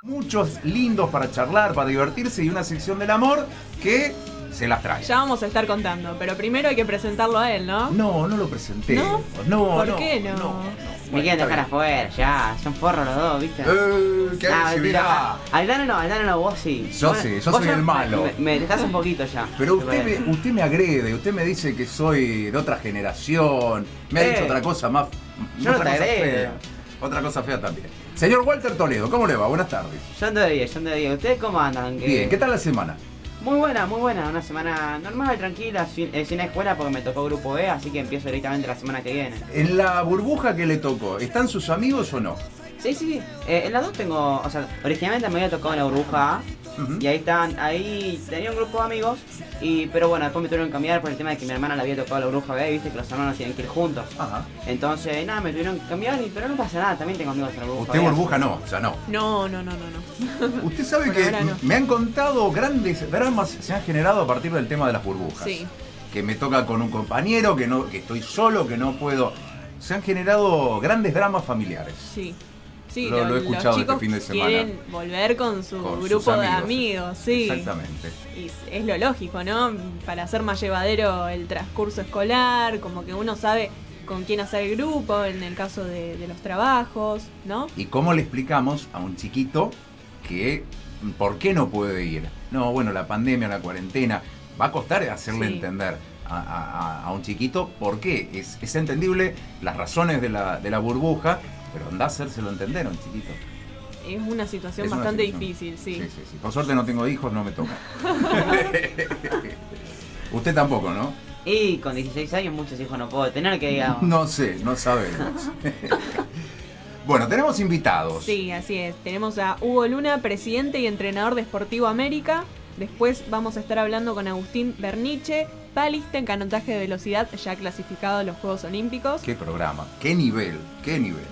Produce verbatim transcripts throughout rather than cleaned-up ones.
Muchos lindos para charlar, para divertirse y una sección del amor que se las trae. Ya vamos a estar contando, pero primero hay que presentarlo a él, ¿no? No, no lo presenté. ¿No? No, ¿Por no, qué no? no, no. Me Bueno, quieren está dejar bien. afuera, ya. Son forros los dos, ¿viste? Eh, qué Ah, agresividad. mentira. Aldana no, Aldana no, vos sí. Yo Vos- sí, yo vos soy ya el malo. Me, me dejás un poquito ya. Pero ¿te usted parece? me, usted me agrede, usted me dice que soy de otra generación, me ha Eh, dicho otra cosa más. yo no otra te cosa agredo. fea. Otra cosa fea también. Señor Walter Toledo, ¿cómo le va? Buenas tardes. Yo ando de diez, yo ando de diez. ¿Ustedes cómo andan? ¿Qué- Bien, ¿qué tal la semana? Muy buena, muy buena. Una semana normal, tranquila, sin, eh, sin escuela porque me tocó grupo B, así que empiezo directamente la semana que viene. En la burbuja que le tocó, ¿están sus amigos o no? Sí, sí, sí. Eh, en las dos tengo, o sea, originalmente me había tocado en la burbuja A. Ujú. Y ahí están, ahí tenía un grupo de amigos, y pero bueno, después me tuvieron que cambiar por el tema de que mi hermana le había tocado la burbuja B, y viste que los hermanos tienen que ir juntos. Ajá. Entonces, nada, me tuvieron que cambiar, y, pero no pasa nada, también tengo amigos en la burbuja Usted B. burbuja no, o sea, no. No, no, no, no, no. Usted sabe Por que ahora no. me han contado grandes dramas se han generado a partir del tema de las burbujas. Sí. Que me toca con un compañero, que no, que estoy solo, que no puedo. Se han generado grandes dramas familiares. Sí. Sí, Lo- lo he escuchado los este chicos fin de semana. quieren volver con su Con sus grupo de amigos. amigos, sí. Exactamente. Y es lo lógico, ¿no? Para hacer más llevadero el transcurso escolar, como que uno sabe con quién hacer el grupo en el caso de, de los trabajos, ¿no? ¿Y cómo le explicamos a un chiquito que por qué no puede ir? No, bueno, la pandemia, la cuarentena, va a costar hacerle Sí. entender a, a- a un chiquito por qué. Es, es entendible las razones de la, de la burbuja, pero anda a hacérselo entender a un chiquito. Es una situación Es una bastante situación. difícil, sí. Sí, sí, sí. Por suerte no tengo hijos, no me toca. Usted tampoco, ¿no? Y con dieciséis años muchos hijos no puedo tener que digamos. No sé, no sabemos. Bueno, tenemos invitados. Sí, así es. Tenemos a Hugo Luna, presidente y entrenador de Sportivo América. Después vamos a estar hablando con Agustín Berniche, palista en canotaje de velocidad ya clasificado a los Juegos Olímpicos. Qué programa, qué nivel, qué nivel.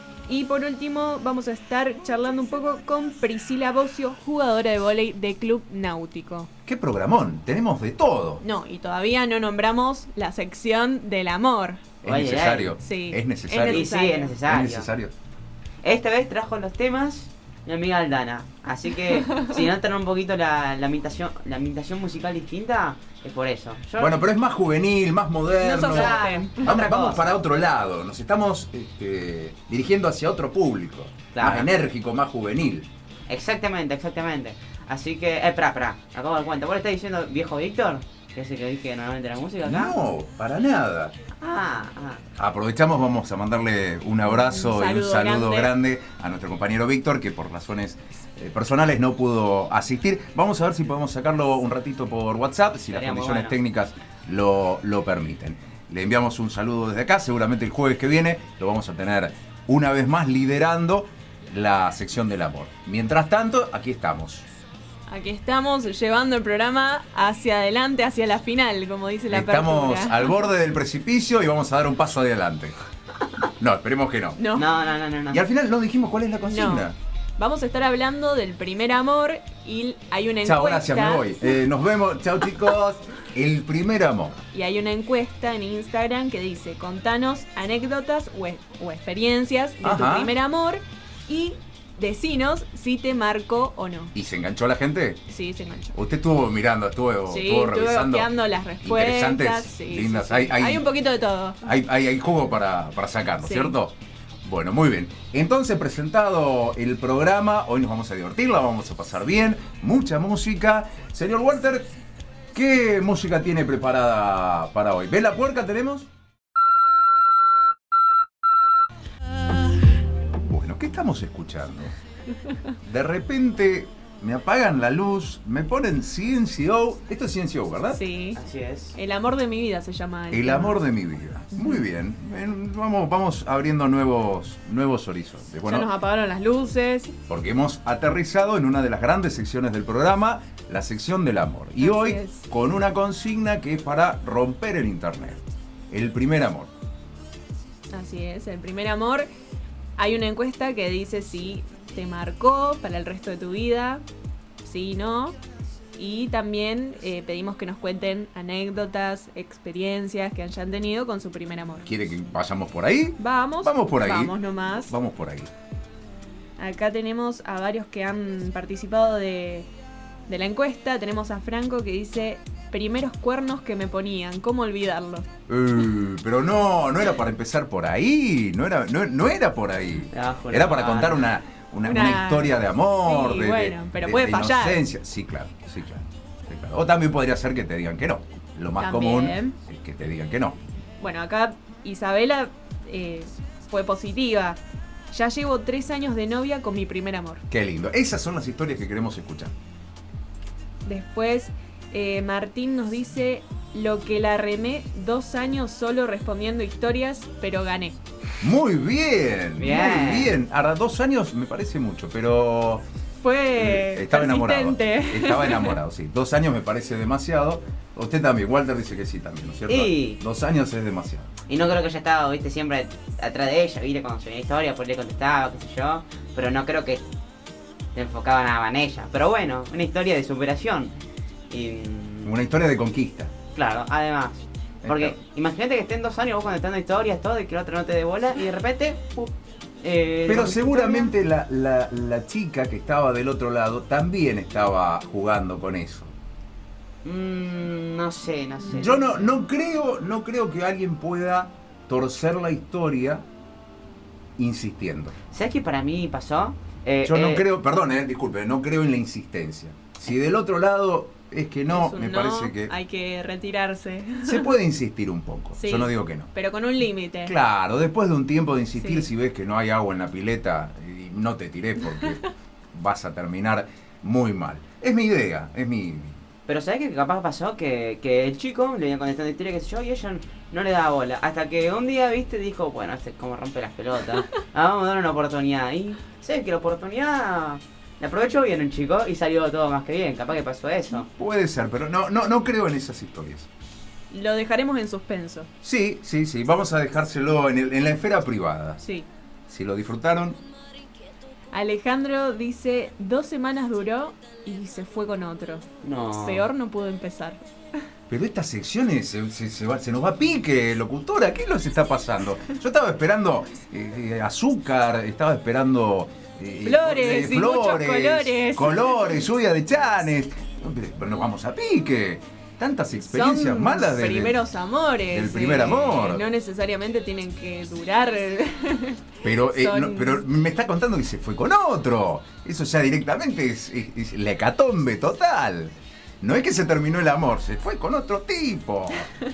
Y por último vamos a estar charlando un poco con Priscila Bocio, jugadora de vóley de Club Náutico. Qué programón, tenemos de todo. No, y todavía no nombramos la sección del amor. Es Oye, necesario. Sí, Es necesario. Y sí, es necesario. Es necesario. Esta vez trajo los temas mi amiga Aldana. Así que si notan un poquito la, la ambientación, la ambientación musical distinta, es por eso. Yo- Bueno, pero es más juvenil, más No moderno. se asusten. Vamos, Otra vamos cosa. para otro lado, nos estamos este, dirigiendo hacia otro público. Claro. Más enérgico, más juvenil. Exactamente, exactamente. Así que, eh, espera, espera, acabo de dar cuenta. ¿Vos le estás diciendo viejo Víctor? Que es el que dije normalmente la música acá. No, para nada. Ah, ah. Aprovechamos, vamos a mandarle un abrazo Un y un saludo saludo grande. grande. a nuestro compañero Víctor, que por razones eh, personales no pudo asistir. Vamos a ver si podemos sacarlo un ratito por WhatsApp, si las Estaría muy condiciones bueno. técnicas lo, lo permiten. Le enviamos un saludo desde acá, seguramente el jueves que viene lo vamos a tener una vez más liderando la sección del amor. Mientras tanto, aquí estamos. Aquí estamos llevando el programa hacia adelante, hacia la final, como dice la Estamos apertura. al borde del precipicio y vamos a dar un paso adelante. No, esperemos que no. No. No, no, no, no, no. Y al final no dijimos cuál es la consigna. Vamos a estar hablando del primer amor y hay una encuesta. Chao, gracias, me voy. Eh, nos vemos. Chao, chicos. El primer amor. Y hay una encuesta en Instagram que dice, contanos anécdotas o, e- o experiencias de tu Ajá. primer amor y decinos si te marcó o no. ¿Y se enganchó la gente? Sí, se enganchó. Usted estuvo mirando, estuvo, Sí, estuvo estuve revisando. bloqueando las respuestas. Interesantes, sí, lindas. sí, sí. Hay, hay, Hay un poquito de todo. hay, hay, hay jugo para, para sacarlo, Sí. ¿cierto? Bueno, muy bien. Entonces, presentado el programa, hoy nos vamos a divertir, la vamos a pasar bien, mucha música. Señor Walter, ¿qué música tiene preparada para hoy? ¿Ves la puerca tenemos? Bueno, ¿qué estamos escuchando? De repente me apagan la luz, me ponen C N C O. Esto es C N C O, ¿verdad? Sí. Así es. El amor de mi vida se llama. El tema. amor de mi vida. Muy bien. Ven, Vamos, vamos abriendo nuevos, nuevos horizontes. Ya Bueno, nos apagaron las luces. porque hemos aterrizado en una de las grandes secciones del programa, la sección del amor. Y Así hoy es. con una consigna que es para romper el internet. El primer amor. Así es, el primer amor. Hay una encuesta que dice si te marcó para el resto de tu vida, sí, no. Y también eh, pedimos que nos cuenten anécdotas, experiencias que hayan tenido con su primer amor. ¿Quiere que vayamos por ahí? Vamos. Vamos por ahí. Vamos nomás. Vamos por ahí. Acá tenemos a varios que han participado de, de la encuesta. Tenemos a Franco que dice, primeros cuernos que me ponían, ¿cómo olvidarlo? Uh, pero no, no era para empezar por ahí, no era, no, no era por ahí. Era para contar una, una, una, una historia de amor, sí, de, bueno, pero de, puede de fallar. inocencia. Sí, claro, sí, claro, sí, claro. O también podría ser que te digan que no. Lo más También. común es que te digan que no. Bueno, acá Isabela eh, fue positiva. Ya llevo tres años de novia con mi primer amor. Qué lindo. Esas son las historias que queremos escuchar. Después, eh, Martín nos dice, lo que la remé dos años solo respondiendo historias, pero gané. Muy bien, Bien. muy bien. Ahora, dos años me parece mucho, pero... Fue eh, estaba enamorado. persistente. Estaba enamorado, sí. Dos años me parece demasiado. Usted también, Walter dice que sí también, ¿no es cierto? Y- Dos años es demasiado. Y no creo que haya estado, viste, siempre atrás de ella, viste, cuando subía historia, pues le contestaba, qué sé yo. Pero no creo que te enfocaba nada en ella. Pero bueno, una historia de superación. Y, Una historia de conquista. claro, además. Porque Está. imagínate que estén dos años vos contestando historias, todo, y que el otro no te dé bola, y de repente... ¡pum! Eh, Pero la seguramente la, la, la chica que estaba del otro lado también estaba jugando con eso. Mm, no sé, no sé. Yo no, no creo, no creo que alguien pueda torcer la historia insistiendo. ¿Sabes qué para mí pasó? Eh, Yo no eh, creo, perdón, eh, disculpe, no creo en la insistencia. Si del otro lado es que no, Es un me no, parece que hay que retirarse. se puede insistir un poco. Sí. Yo no digo que no. Pero con un límite. Claro, después de un tiempo de insistir, Sí. si ves que no hay agua en la pileta, y no te tirés porque vas a terminar muy mal. Es mi idea, es mi... Pero ¿sabes qué capaz pasó? Que, que el chico le iban contestando historia, qué sé yo, y ella no le daba bola. Hasta que un día, viste, dijo, bueno, este es como rompe las pelotas. Ah, vamos a dar una oportunidad. Y ¿sabes que la oportunidad la aprovechó bien el chico y salió todo más que bien? Capaz que pasó eso. Puede ser, pero no, no, no creo en esas historias. Lo dejaremos en suspenso. Sí, sí, sí, vamos a dejárselo en, el- en la esfera privada. Sí. Si lo disfrutaron, Alejandro dice, dos semanas duró y se fue con otro. No. Peor no pudo empezar. pero estas secciones se, se- se va- se nos va a pique, locutora, ¿qué nos está pasando? Yo estaba esperando eh, eh, azúcar, estaba esperando... eh, Flores y muchos colores. Colores, lluvia de chanes, pero nos vamos a pique. Tantas experiencias Son malas de... primeros amores. del primer amor. No necesariamente tienen que durar. Pero, eh, Son- no, pero me está contando que se fue con otro. Eso ya directamente es, es- es la hecatombe total. No es que se terminó el amor, se fue con otro tipo.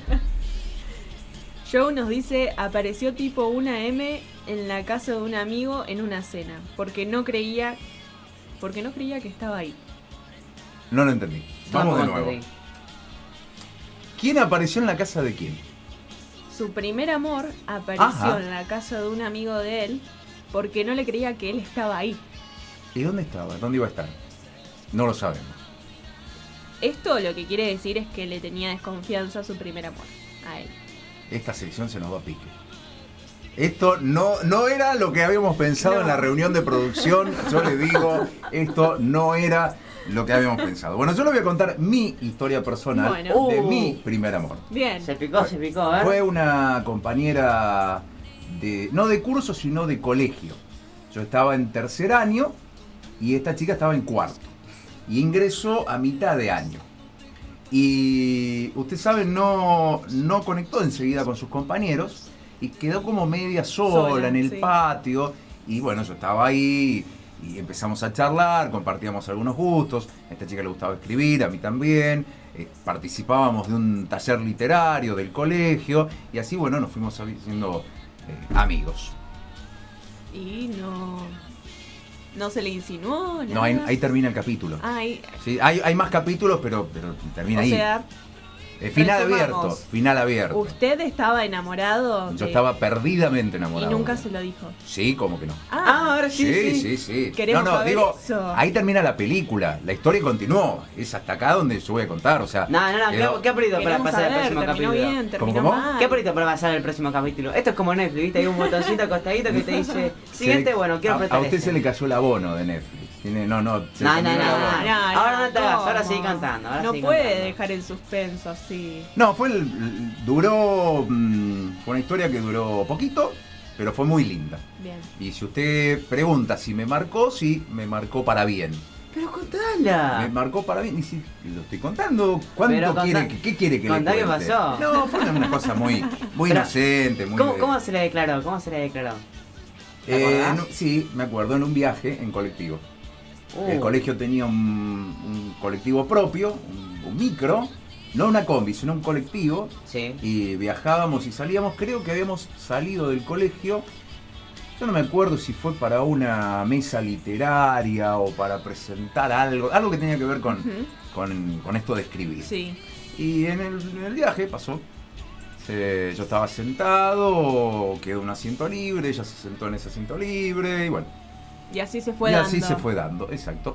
Joe nos dice, apareció tipo una eme en la casa de un amigo en una cena, porque no creía, porque no creía que estaba ahí. No lo entendí. Vamos de Tampoco nuevo. entendí. ¿Quién apareció en la casa de quién? Su primer amor apareció Ajá. en la casa de un amigo de él porque no le creía que él estaba ahí. ¿Y dónde estaba? ¿Dónde iba a estar? No lo sabemos. Esto lo que quiere decir es que le tenía desconfianza a su primer amor, a él. Esta sección se nos va a pique. Esto no, no era lo que habíamos pensado No. en la reunión de producción. Yo le digo, esto no era lo que habíamos pensado. Bueno, yo le voy a contar mi historia personal Bueno. de Uh. mi primer amor. Bien. Se picó, se picó, a ver. Fue una compañera de, no de curso, sino de colegio. Yo estaba en tercer año y esta chica estaba en cuarto. Y ingresó a mitad de año. Y usted sabe, no, no conectó enseguida con sus compañeros y quedó como media sola, Sola, en el sí. patio. Y bueno, yo estaba ahí y empezamos a charlar, compartíamos algunos gustos. A esta chica le gustaba escribir, a mí también. Eh, participábamos de un taller literario del colegio y así, bueno, nos fuimos haciendo eh, amigos. Y no. No se le insinuó. No, ahí, nada. ahí termina el capítulo. Ay, Sí, hay, hay más capítulos, pero, pero termina o ahí. sea, Eh, final resumamos. abierto, final abierto. usted estaba enamorado. Yo de- estaba perdidamente Y enamorado. nunca se lo dijo. Sí, como que no. Ah, ahora sí, Sí, sí. sí, sí. Queremos no, no, saber digo, eso. ahí termina la película. La historia continuó. Es hasta acá donde yo voy a contar. O sea, No, no, no, quedó- ¿qué, qué apretito para Queremos pasar el saber, próximo terminó capítulo? bien, terminó ¿Cómo, cómo? mal. ¿Qué apretito para pasar el próximo capítulo? Esto es como Netflix, ¿viste? Hay un botoncito acostadito que te dice, se siguiente, le- bueno, quiero a, apretar a usted este. se le cayó el abono de Netflix. Tiene, no, no. se No, le no, terminó no, el abono. no. Ahora no te hagas, ahora ¿cómo? sigue cantando, ahora no sigue puede cantando. dejar el suspenso así. No, fue el, duró, mm, fue una historia que duró poquito pero fue muy linda. Bien. Y si usted pregunta si me marcó, sí, me marcó para bien. Pero contala. Me marcó para bien, y si lo estoy contando, ¿cuánto Pero contá- quiere, que- qué quiere que le contá cuente? qué pasó. No, fue una cosa muy, muy Pero, inocente, muy... ¿Cómo, de- ¿Cómo se le declaró? ¿Cómo se le declaró? ¿Te Eh, acordás? en un- sí, me acuerdo, en un viaje en colectivo. Uh, El colegio tenía un, un colectivo propio, un, un micro, no una combi, sino un colectivo, Sí. y viajábamos y salíamos, creo que habíamos salido del colegio, yo no me acuerdo si fue para una mesa literaria o para presentar algo, algo que tenía que ver con, Ujú. con, con esto de escribir. Sí. Y en el, en el viaje pasó. Se- yo estaba sentado, quedó un asiento libre, ella se sentó en ese asiento libre y bueno. Y así se fue y dando. así se fue dando, exacto.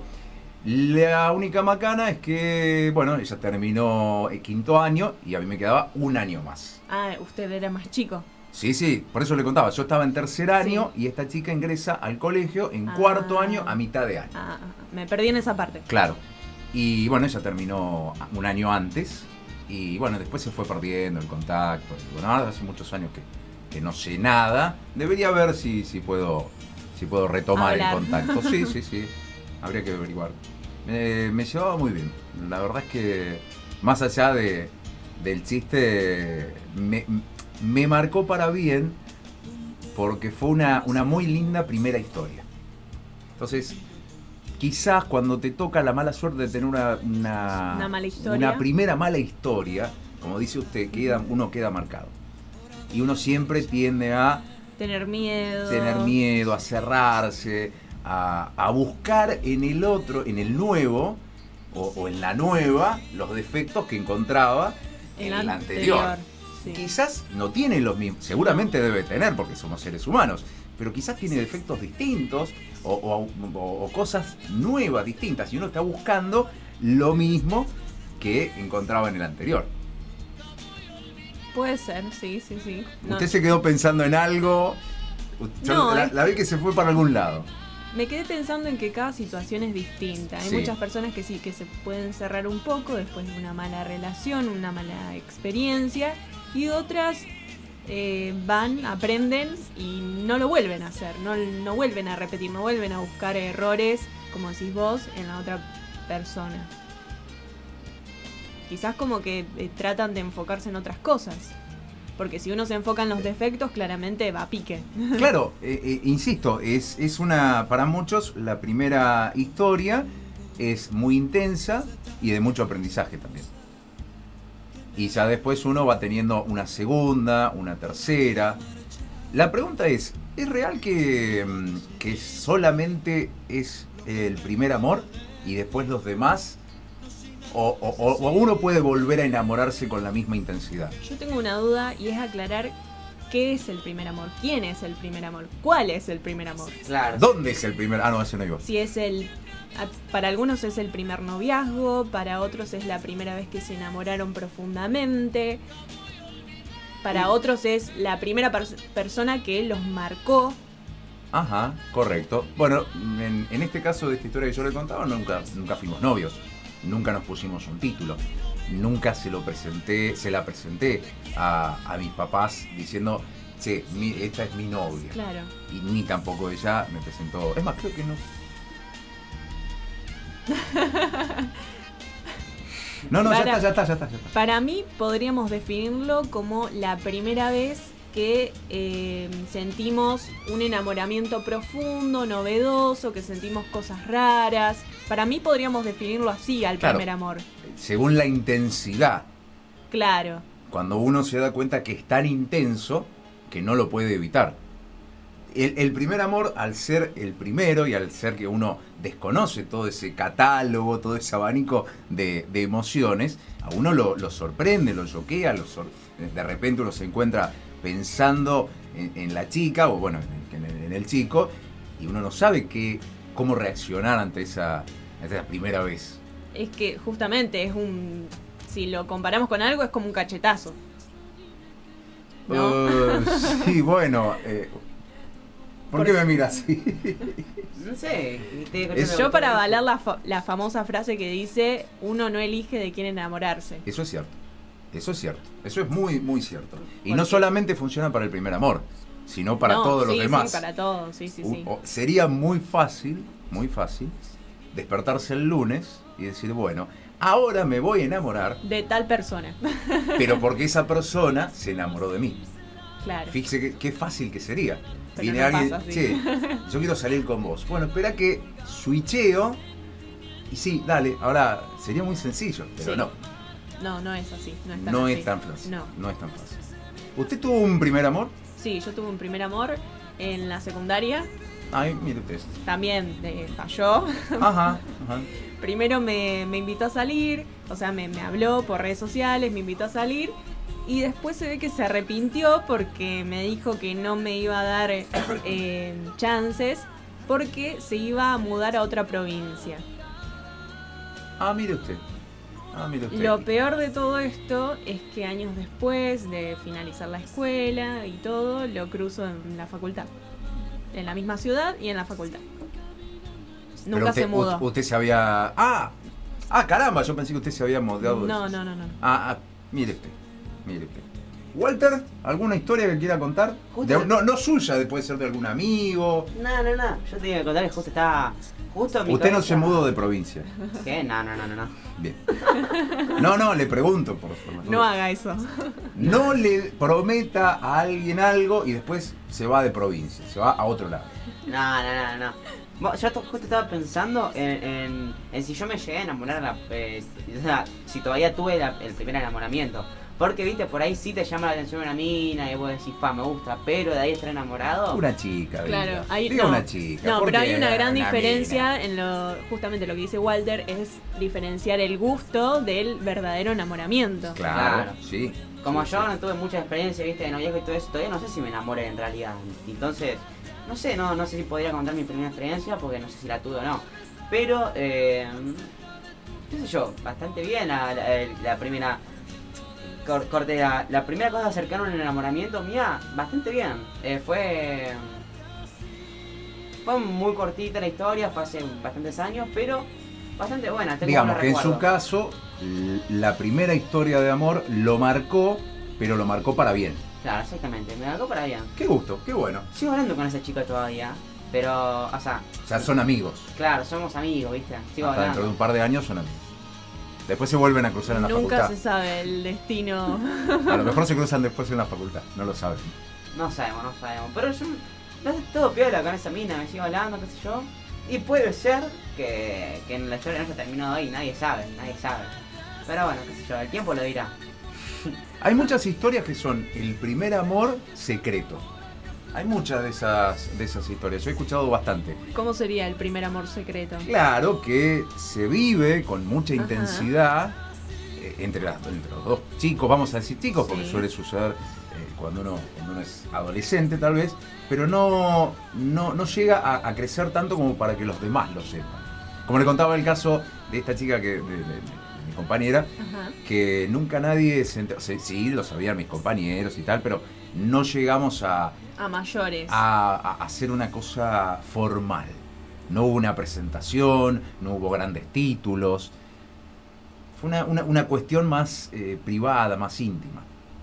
La única macana es que, bueno, ella terminó el quinto año y a mí me quedaba un año más. Ah, usted era más chico. Sí, sí, por eso le contaba. Yo estaba en tercer año y esta chica ingresa al colegio en Ah. cuarto año a mitad de año. Ah, me perdí en esa parte. Claro. Y bueno, ella terminó un año antes y bueno, después se fue perdiendo el contacto. Y bueno, ahora hace muchos años que, que no sé nada. Debería ver si, si puedo si puedo retomar Hablar. el contacto. Sí, sí, sí. Habría que averiguar. Me, me llevaba muy bien. La verdad es que más allá de, del chiste, me, me marcó para bien porque fue una, una muy linda primera historia. Entonces, quizás cuando te toca la mala suerte de tener una, una, Una mala historia. una primera mala historia, como dice usted, queda, uno queda marcado. Y uno siempre tiende a Tener miedo. tener miedo, a cerrarse, a, a buscar en el otro, en el nuevo, o, o en la nueva, los defectos que encontraba en, En el la anterior. anterior, sí. Quizás no tiene los mismos, seguramente debe tener, porque somos seres humanos, pero quizás tiene defectos distintos o, o- o- o cosas nuevas, distintas, y uno está buscando lo mismo que encontraba en el anterior. Puede ser, sí, sí, sí. No, Usted se quedó pensando en algo, yo No, la, es- la vi que se fue para algún lado. Me quedé pensando en que cada situación es distinta. Hay Sí. muchas personas que sí, que se pueden cerrar un poco después de una mala relación, una mala experiencia, y otras eh, van, aprenden y no lo vuelven a hacer, no, no vuelven a repetir, no vuelven a buscar errores, como decís vos, en la otra persona. Quizás como que eh, tratan de enfocarse en otras cosas. Porque si uno se enfoca en los defectos, claramente va a pique. Claro, eh, eh, insisto, es, es una, para muchos, la primera historia es muy intensa y de mucho aprendizaje también. Y ya después uno va teniendo una segunda, una tercera. La pregunta es, ¿es real que, mm, que solamente es el primer amor y después los demás? O, o- o uno puede volver a enamorarse con la misma intensidad? Yo tengo una duda y es aclarar qué es el primer amor, quién es el primer amor, cuál es el primer amor. Claro. ¿Dónde es el primer? Ah, no, ese no iba. Si es el... a- Para algunos es el primer noviazgo, para otros es la primera vez que se enamoraron profundamente, para otros es la primera pers- persona que los marcó. Ajá, correcto. Bueno, en, en este caso de esta historia que yo le contaba, nunca, nunca fuimos novios, nunca nos pusimos un título, nunca se lo presenté, se la presenté a, a mis papás diciendo, che, mi- esta es mi novia. Claro. Y ni tampoco ella me presentó. Es más, creo que no. No, no, ya Para- está, ya está, ya está, ya está. Para mí podríamos definirlo como la primera vez que eh, sentimos un enamoramiento profundo, novedoso, que sentimos cosas raras. Para mí podríamos definirlo así al Claro. primer amor. Según la intensidad, Claro. cuando uno se da cuenta que es tan intenso que no lo puede evitar. El, el primer amor, al ser el primero y al ser que uno desconoce todo ese catálogo, todo ese abanico de, de emociones, a uno lo, lo sorprende, lo choquea, lo sor- de repente uno se encuentra pensando en, en la chica o bueno, en el, en el chico, y uno no sabe qué, cómo reaccionar ante esa, ante esa primera vez. Es que justamente es un... Si lo comparamos con algo es como un cachetazo. ¿No? Uh, sí, bueno... Eh, ¿Por qué me mira así? No sé. estoy escuchando Es- lo Yo que para usted avalar la, fa- la famosa frase que dice, uno no elige de quién enamorarse. Eso es cierto. Eso es cierto. Eso es muy, muy cierto. Y ¿Por no qué? solamente funciona para el primer amor. sino para No, todos los sí, demás. Sí, para todos, sí, sí, U- sí. o- sería muy fácil, muy fácil, despertarse el lunes y decir, bueno, ahora me voy a enamorar, De tal persona. pero porque esa persona se enamoró de mí. Claro. Fíjese qué, qué fácil que sería. Pero Viene no alguien, pasa así. che, yo quiero salir con vos. Bueno, espera que switcheo y sí, dale, ahora sería muy sencillo, pero Sí. no, No, no es así. No es tan, no así. es tan fácil. No. No es tan fácil. ¿Usted tuvo un primer amor? Sí, yo tuve un primer amor en la secundaria. Ay, mire usted. También eh, falló. Ajá, ajá. Primero me, me invitó a salir, o sea, me, me habló por redes sociales, me invitó a salir. Y después se ve que se arrepintió porque me dijo que no me iba a dar eh, chances porque se iba a mudar a otra provincia. Ah, mire usted. Ah, mire usted. Lo peor de todo esto es que años después de finalizar la escuela y todo, lo cruzo en la facultad. En la misma ciudad y en la facultad. Pero Nunca usted, se mudó. u- Usted se había... Ah, ah, caramba, yo pensé que usted se había mudado. No, no, no, no. Ah, ah, mire usted, mire usted. Walter, ¿alguna historia que quiera contar? Justo- De- no, no suya, puede ser de algún amigo. No, no, no. Yo te iba a contar que justo estaba. Justo en mi Usted no cabeza- se mudó de provincia. ¿Qué? No, no, no, no. no. Bien. No, no, le pregunto por favor. No haga eso. No le prometa a alguien algo y después se va de provincia, se va a otro lado. No, no, no, no. Bueno, yo to- justo estaba pensando en, en, en si yo me llegué a enamorar, la, eh, o sea, si todavía tuve la- el primer enamoramiento. Porque, viste, por ahí sí te llama la atención una mina y vos decís, pa, me gusta, pero de ahí estar enamorado. Una chica, diga. Claro, hay, Diga no, una chica. No, ¿por pero qué hay una gran una diferencia mina? en lo, justamente lo que dice Walter, es diferenciar el gusto del verdadero enamoramiento. Claro, Claro. sí. Como sí, yo sí. no tuve mucha experiencia, viste, de noviazgo y todo eso, todavía no sé si me enamoré en realidad. Entonces, no sé, no, no sé si podría contar mi primera experiencia porque no sé si la tuve o no. Pero, eh, qué sé yo, bastante bien la, la, la primera... cor- Corte, la, la primera cosa cercana a un enamoramiento mía, bastante bien. Eh, fue... Fue muy cortita la historia, fue hace bastantes años, pero bastante buena. tengo Digamos buenos que en su recuerdos. caso, l- la primera historia de amor lo marcó, pero lo marcó para bien. Claro, exactamente, me marcó para bien. Qué gusto, qué bueno. Sigo hablando con esa chica todavía, pero, o sea, O sea, son amigos. claro, somos amigos, ¿viste? Sigo Hasta dentro de hablando. un par de años son amigos. Después se vuelven a cruzar en la Nunca facultad. se sabe el destino. A lo mejor se cruzan después en la facultad, no lo saben. No sabemos, no sabemos. Pero yo, no sé, todo piola con esa mina, me sigo hablando, qué sé yo. Y puede ser que, que en la historia no haya terminado ahí, nadie sabe, nadie sabe. Pero bueno, qué sé yo, el tiempo lo dirá. Hay muchas historias que son el primer amor secreto. Hay muchas de esas, de esas historias, yo he escuchado bastante. ¿Cómo sería el primer amor secreto? Claro que se vive con mucha Ajá. intensidad eh, entre, las- entre los dos chicos, vamos a decir chicos, porque Sí. suele suceder eh, cuando, uno, cuando uno es adolescente tal vez, pero no, no, no llega a, a crecer tanto como para que los demás lo sepan. Como le contaba el caso de esta chica que, de, de- de mi compañera, Ajá. que nunca nadie se enteró, sí, sí, lo sabían mis compañeros y tal, pero no llegamos a, A mayores. a, a hacer una cosa formal. No hubo una presentación, no hubo grandes títulos. Fue una, una, una cuestión más eh, privada, más íntima.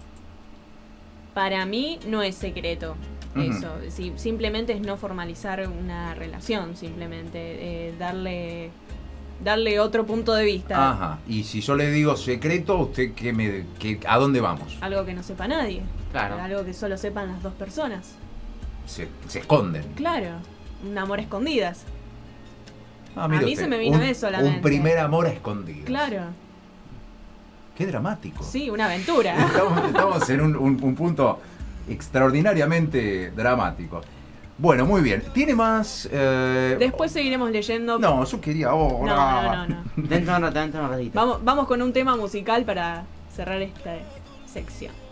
Para mí no es secreto. Ujú. Eso, sí, simplemente es no formalizar una relación, simplemente eh, darle darle otro punto de vista, Ajá. Y si yo le digo secreto, ¿usted qué me, qué, a dónde vamos? algo que no sepa nadie, Claro. algo que solo sepan las dos personas. Se, se esconden. Claro, un amor a escondidas. Ah, mire A mí usted, se me vino un, eso a la mente. Un primer amor a escondidas. Claro, Qué dramático. sí, una aventura. Estamos, estamos en un, un- un punto extraordinariamente dramático. Bueno, muy bien. ¿Tiene más? eh, Después seguiremos leyendo. No, yo quería ahora. no, no, no, no. Dentro de un rato, dentro de un ratito. Vamos, vamos con un tema musical para cerrar esta sección.